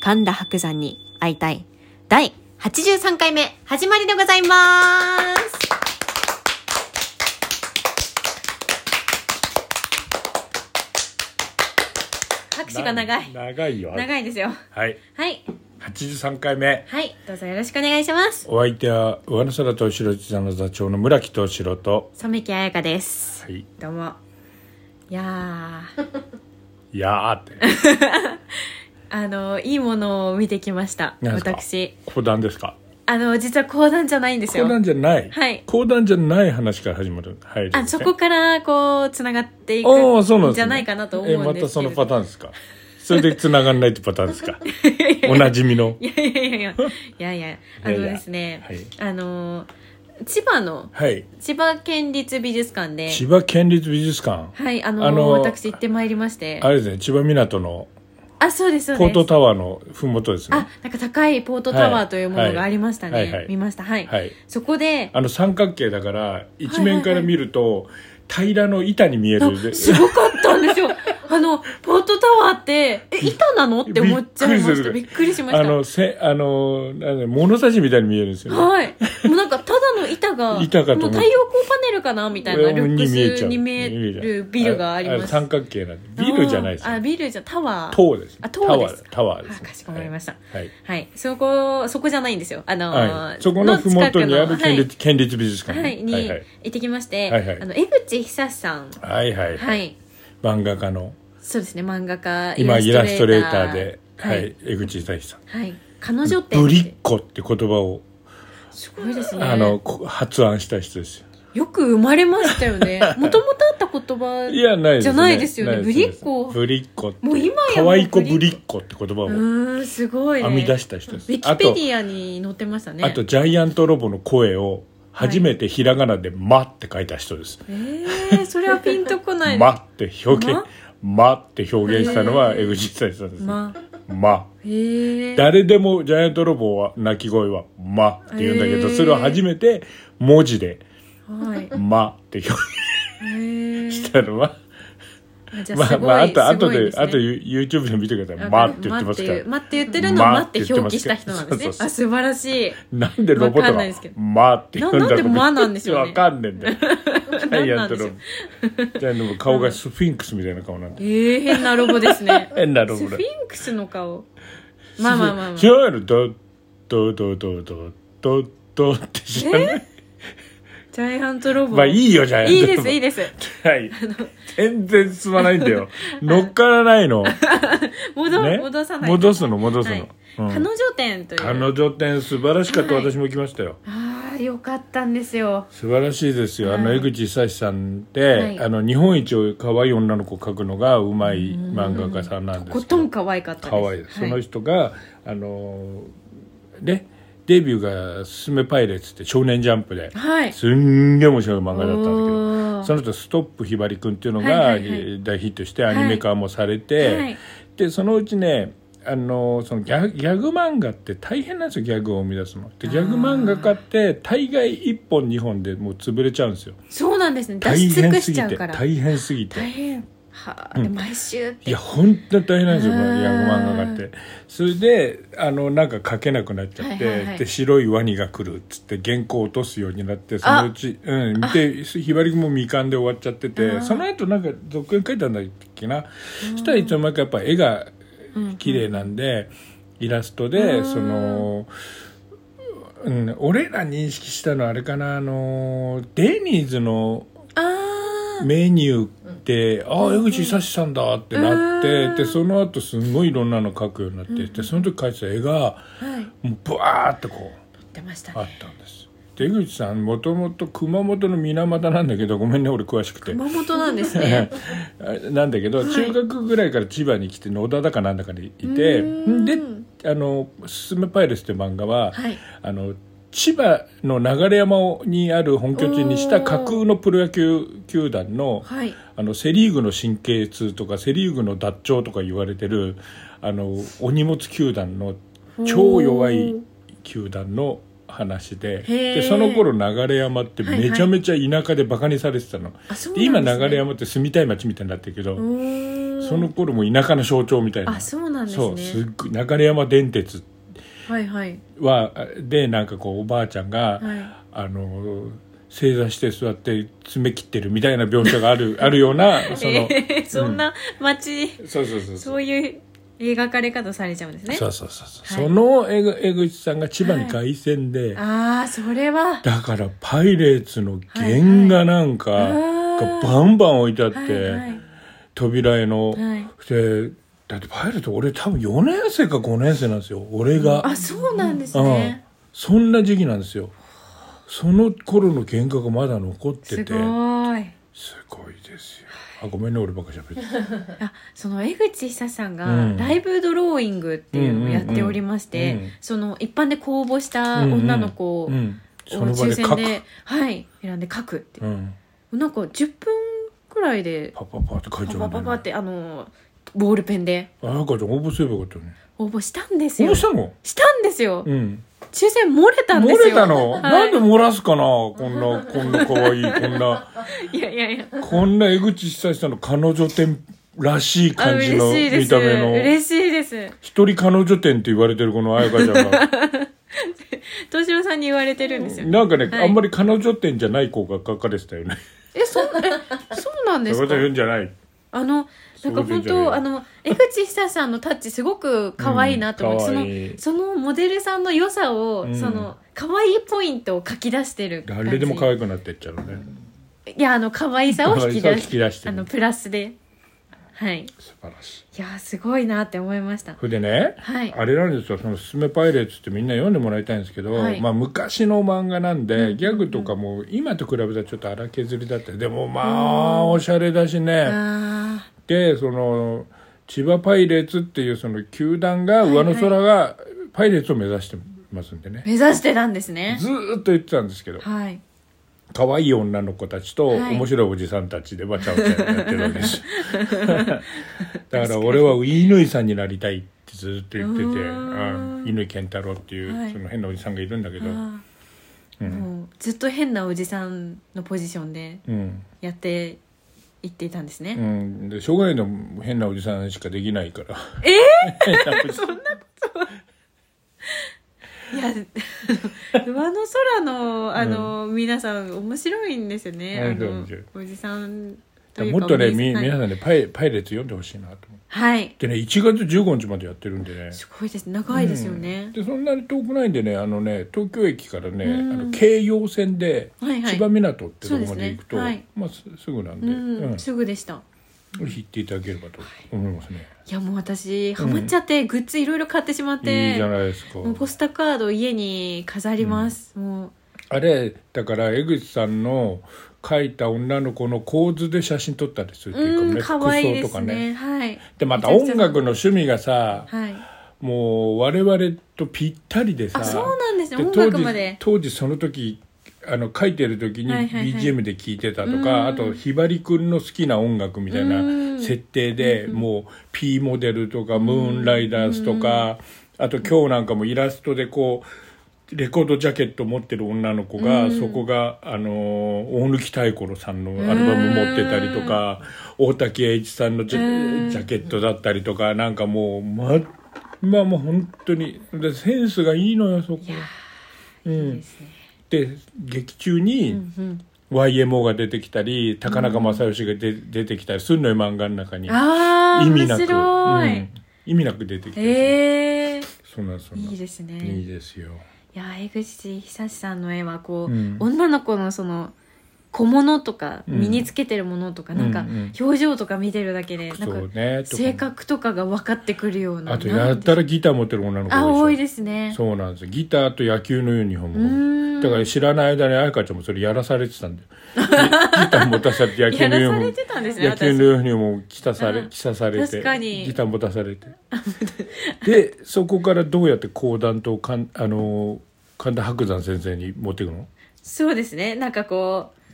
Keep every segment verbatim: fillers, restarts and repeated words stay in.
神田伯山に会いたいだいはちじゅうさんかいめ始まりでございます。拍手が長い長いよ長いですよ。 はいはいはちじゅうさんかいめ、 はい、どうぞよろしくお願いします。 お相手は上野空東城一座の座長の村木東四郎と染木彩香です。 はい、 どうも。いやーいやーってあのいいものを見てきました。私講談ですか？ あの実は講談じゃないんですよ。 講談じゃない、 はい、 講談じゃない話から始まる、入るんですね。 あ、そこからこうつながっていくんじゃないかなと思うんですけど、 えまたそのパターンですか？それでつながんないってパターンですか？おなじみの。 いやいやいやいやいやいやあのですね、はい、あの千葉の、はい、千葉県立美術館で千葉県立美術館、 はいあのあの私行ってまいりまして、 あれですね、千葉港のあ、そうですそうです、 ポートタワーのふもとですね。 あ、なんか高いポートタワーというものがありましたね、はいはいはい、見ました、はいはい、そこであの三角形だから一面から見ると、はいはいはい、平らの板に見える。 すごかったんですよ。あのポートタワーってえ板なのって思っちゃいました。びっくりしました。あのせあの物差しみたいに見えるんですよ、ね、 はい。もうなんかただの板が板かともう太陽光パネルかなみたいなルックスに見えるビルがあります。 三角形なんでビルじゃないです、ね、 あビルじゃタワー塔です、ね、 あ塔です。 タワーです、 ね、かしこまりました、 はい、 はい、そこそこじゃないんですよ。あの、 はい、そこのふもとにある県立、はい、県立美術館、 はい、に行ってきまして、 はいはい、 あの江口久志さん、 はいはい、はい、漫画家のそうですね、漫画家今イラストレーターで、はいはい、江口久志さん、 はい、彼女ってぶりっ子って言葉をすごいですね、 あの発案した人ですよ。 よく生まれましたよね。もともとあった言葉じゃないですよね。ぶりっ子、 ぶりっ子ってもう今や可愛い子ぶりっ子って言葉をうんすごい、ね、 編み出した人です。 ウィキペディアに載ってましたね。 あとジャイアントロボの声を初めてひらがなで「ま」って書いた人です。 えー、それはピンとこない。 まって表現、まって表現したのは江口久志さんです。 まま、 えー、 誰でもジャイアントロボは鳴き声は「ま」って言うんだけど、えー、それを初めて文字ではい、 まって表現したのは、まあまああとあとであと YouTube で見てください。まって言ってますから。 まって言ってるのをまって表記した人なんですね。あ、素晴らしい。 なんでロボットがまって言うんだろう。 なんでまなんでしょうね。 わかんねえんだよ。ジャイアントロボ。ジャイアントロボ顔がスフィンクスみたいな顔なんだ。 ええ変なロボですね。 変なロボ。 スフィンクスの顔。まあまあまあまあ。 知らないのドドドドドドドって知らない。 ジャイアントロボ。 まあいいよジャイアントロボ。 いいですいいです。 はい。全然進まないんだよ。乗っからないの。 戻、ね、戻さない。 戻すの戻すの。はい、 うん、彼女展という。 彼女展素晴らしかった、はい、私も来ましたよ。 ああよかったんですよ。 素晴らしいですよ。あの江口久志さんって、はい、あの日本一を可愛い女の子を描くのがうまい漫画家さんなんですけど。 とことん可愛かったです。 可愛いです。その人があのね。デビューが「すすめパイレーツ」って少年ジャンプで、はい、すんげえ面白い漫画だったんだけど、その後ストップひばりくんっていうのが大ヒットしてアニメ化もされて、はいはい、でそのうちねあのそのギャ、ギャグ漫画って大変なんですよ。ギャグを生み出すのでギャグ漫画家って大概いっぽんにほんでもう潰れちゃうんですよ。 そうなんですね。出し尽くしちゃうから大変すぎて大変はあ、で毎週っていや本当に大変なんですよ。ギャグ漫画家ってそれであのなんか書けなくなっちゃって、はいはいはい、で白いワニが来るっつって原稿を落とすようになってそのうち、うん、見てひばりくんも未完で終わっちゃっててその後なんか続編書いたんだっけな。そしたらいつの間にかやっぱ絵が綺麗なんで、うん、イラストでその、うん、俺ら認識したのはあれかなあのデニーズのメニューってああ江口久志さんだってなってでその後すごいいろんなの描くようになって、うん、でその時描いてた絵が、はい、もうブワーってこう載ってましたね。 あったんです。で江口さんもともと熊本の水俣なんだけどごめんね俺詳しくて熊本なんですねなんだけど、はい、中学ぐらいから千葉に来て野田だかなんだかでいてであの「すすめパイレス」って漫画は、はい、あの千葉の流山にある本拠地にした架空のプロ野球球団 の,、はい、あのセリーグの神経痛とかセリーグの脱腸とか言われてるあのお荷物球団の超弱い球団の話 で, でその頃流山ってめちゃめちゃ田舎でバカにされてたの、はいはい、で今流山って住みたい町みたいになってるけどその頃も田舎の象徴みたいな。 あ、そうなんですね。 そうすっごい流山電鉄はいはいはでなんかこうおばあちゃんが、はい、あの正座して座って爪切ってるみたいな描写があるあるようなその、 えー、そんな街、 うん、そうそうそうそうそういう描かれ方されちゃうんですね。 そうそうそうそう、はい、その江口さんが千葉に凱旋で、 はい、ああそれはだからパイレーツの原画なんかがバンバン置いてあって、はいはい、扉絵の、はい、でだってパイレーツ俺多分よねん生かごねん生なんですよ俺が。 あ、そうなんですね、 うん、そんな時期なんですよ。その頃の原画がまだ残ってて、 すごいすごいですよ。あ、ごめんね俺ばっかり喋ってあ、その江口久さんがライブドローイングっていうのをやっておりまして、うんうんうん、その一般で公募した女の子を抽選で、はい、選んで描くって、うん、なんかじゅっぷんくらいでパパパって書いちゃうんだよね。 パパパパってあのボールペンで。 あ、赤ちゃん応募すればよかったね。 応募したんですよ。 応募したの？ したんですよ、うん、抽選漏れたんですよ。 漏れたの、はい、なんで漏らすかな、こんなこんな可愛いこんないやいやいやこんな江口久さんの彼女展らしい感じの見た目の。 嬉しいです。 一人彼女展って言われてるこの彩香ちゃんが東城さんに言われてるんですよ。 なんかね、はい、あんまり彼女展じゃない子が書かれてたよね。 え、そえそうなんですか。 そういうこと言うんじゃない。 あのなんか本当あの江口久さんのタッチすごく可愛いなと思って、うん、そのそのモデルさんの良さを、うん、その可愛いポイントを書き出してる感じ。 誰でも可愛くなってっちゃうのね。 いや、あの可愛さを引き出し引き出してあのプラスで、はい、 素晴らしい。 いやすごいなって思いました。 それでね、はい、あれなんですよ、そのすすめパイレーツってみんな読んでもらいたいんですけど、はい、まあ昔の漫画なんで、うん、ギャグとかも今と比べたらちょっと荒削りだったり、でもまあおしゃれだしね。あでその千葉パイレーツっていうその球団が上の空がパイレーツを目指してますんでね、 はいはい、目指してたんですね。 ずーっと言ってたんですけど、はい、可愛い女の子たちと面白いおじさんたちでわちゃわちゃやってるわけですだから俺は乾さんになりたいってずっと言ってて、乾健太郎っていう、はい、その変なおじさんがいるんだけど、 うん、もうずっと変なおじさんのポジションでやっていっていたんですね、 うん、でしょうがないの変なおじさんしかできないからえー、そんなこといや上の空のあの、うん、皆さん面白いんですよね、あのおじさんというかもっとね、み皆さんねパイ、パイレーツ読んでほしいなと思って、はい、でねいちがつじゅうごにちまでやってるんでね、 すごいです、長いですよね、 うん、でそんなに遠くないんでね、あのね東京駅からね、うん、あの京葉線で千葉港ってとこまで行くと、はいはい、まあ、す, すぐなんで、 うんうん、すぐでした。 ぜひ行っていただければと思いますね、はい、 いやもう私ハマっちゃって、うん、グッズいろいろ買ってしまって、 いいじゃないですか。 もうポスターカード家に飾ります、うん、もうあれだから江口さんの描いた女の子の構図で写真撮ったりするっていうかね、うん、 かわいいですね、はい、 でまた音楽の趣味がさ、はい、もう我々とぴったりでさ、 あ、そうなんですね、音楽まで当時その時あの書いてる時に ビージーエム で聴いてたとか、はいはいはい、あとひばりくんの好きな音楽みたいな設定で、もう P モデルとかムーンライダースとか、あと今日なんかもイラストでこうレコードジャケット持ってる女の子が、そこがあの大貫妙子さんのアルバム持ってたりとか、大竹栄一さんのジャ、ジャケットだったりとか、なんかもうままあもう本当にでセンスがいいのよそこ。いやー、うん、いいですね。で劇中に ワイエムオー が出てきたり、高中正義がで、うん、出てきたりするのよ漫画の中に。 あ意味なく、 面白い、 うん、意味なく出てきたり、 えー、 そうなんそうなん、 いいですね。 いいですよ。 いや江口久志さんの絵はこう、うん、女の子のその小物とか身につけてるものとか、うん、なんか表情とか見てるだけで、うん、なんか、ね、性格とかが分かってくるような。 あとやったらギター持ってる女の子でしょ。 あ、多いですね。 そうなんですよ。ギターと野球のユニフォーム、だから知らない間に彩香ちゃんもそれやらされてたんだよギ, ギター持たされて野球のユニフォーム、ね、野球のユニフォームを着さされ着さされて、 確かにギター持たされてでそこからどうやって講談とかんあの神田伯山先生に持っていくの？ そうですね、なんかこう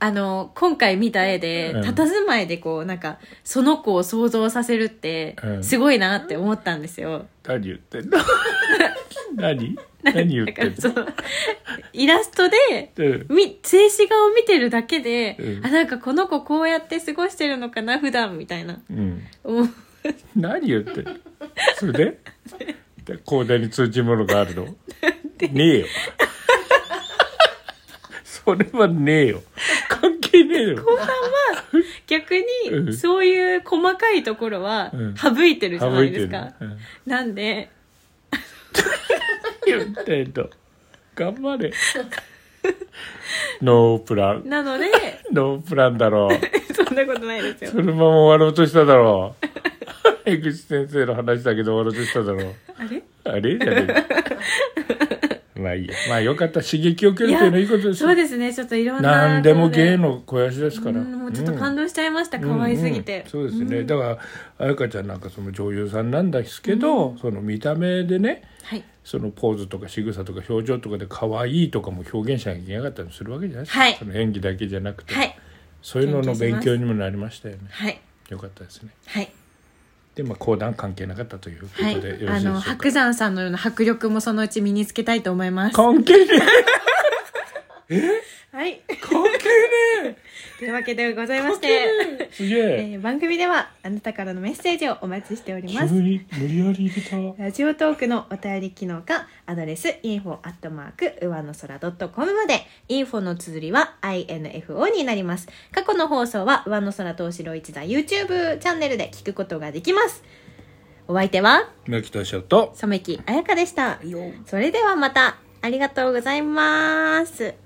あの今回見た絵で、うん、佇まいでこうなんかその子を想像させるってすごいなって思ったんですよ、うん、 何言ってんの何何言ってんのイラストで、うん、み静止画を見てるだけで、うん、あなんかこの子こうやって過ごしてるのかな普段みたいな、うん、 何言ってんのそれで口座に通知物があるのねえよそれはねえよ関係ねえよ後半は逆にそういう細かいところは省いてるじゃないですか、うんうん、なんで言ってんの頑張れノープランなのでノープランだろうそんなことないですよそのまま終わろうとしただろう江口先生の話だけど終わろうとしただろうあれあれじゃねえまあいいやまあよかった刺激を受けるっていうのはいいことですよそうですねちょっといろんな何でも芸の肥やしですからもうちょっと感動しちゃいました、うん、可愛すぎて、 うんうん、そうですね、うん、だから彩香ちゃんなんかその女優さんなんですけど、うん、その見た目でね、はい、そのポーズとか仕草とか表情とかで可愛いとかも表現しなきゃいけなかったりするわけじゃないですか、はい、その演技だけじゃなくて、はい、そういうのの勉強にもなりましたよね、はい、よかったですねはいでまあ講談関係なかったということで、はい、よろしいでしょうか。あの白山さんのような迫力もそのうち身につけたいと思います。 関係ねええはい関係ねえというわけでございましてすげえ、 えー、番組ではあなたからのメッセージをお待ちしております。 急に無理やり入れたラジオトークのお便り機能かアドレス インフォ アットマーク 上の空 ドットコム まで。インフォの綴りは アイエヌエフオー になります。過去の放送は上の空東四郎一座 YouTube チャンネルで聞くことができます。お相手は牧田翔と染木彩香でした。それではまたありがとうございます。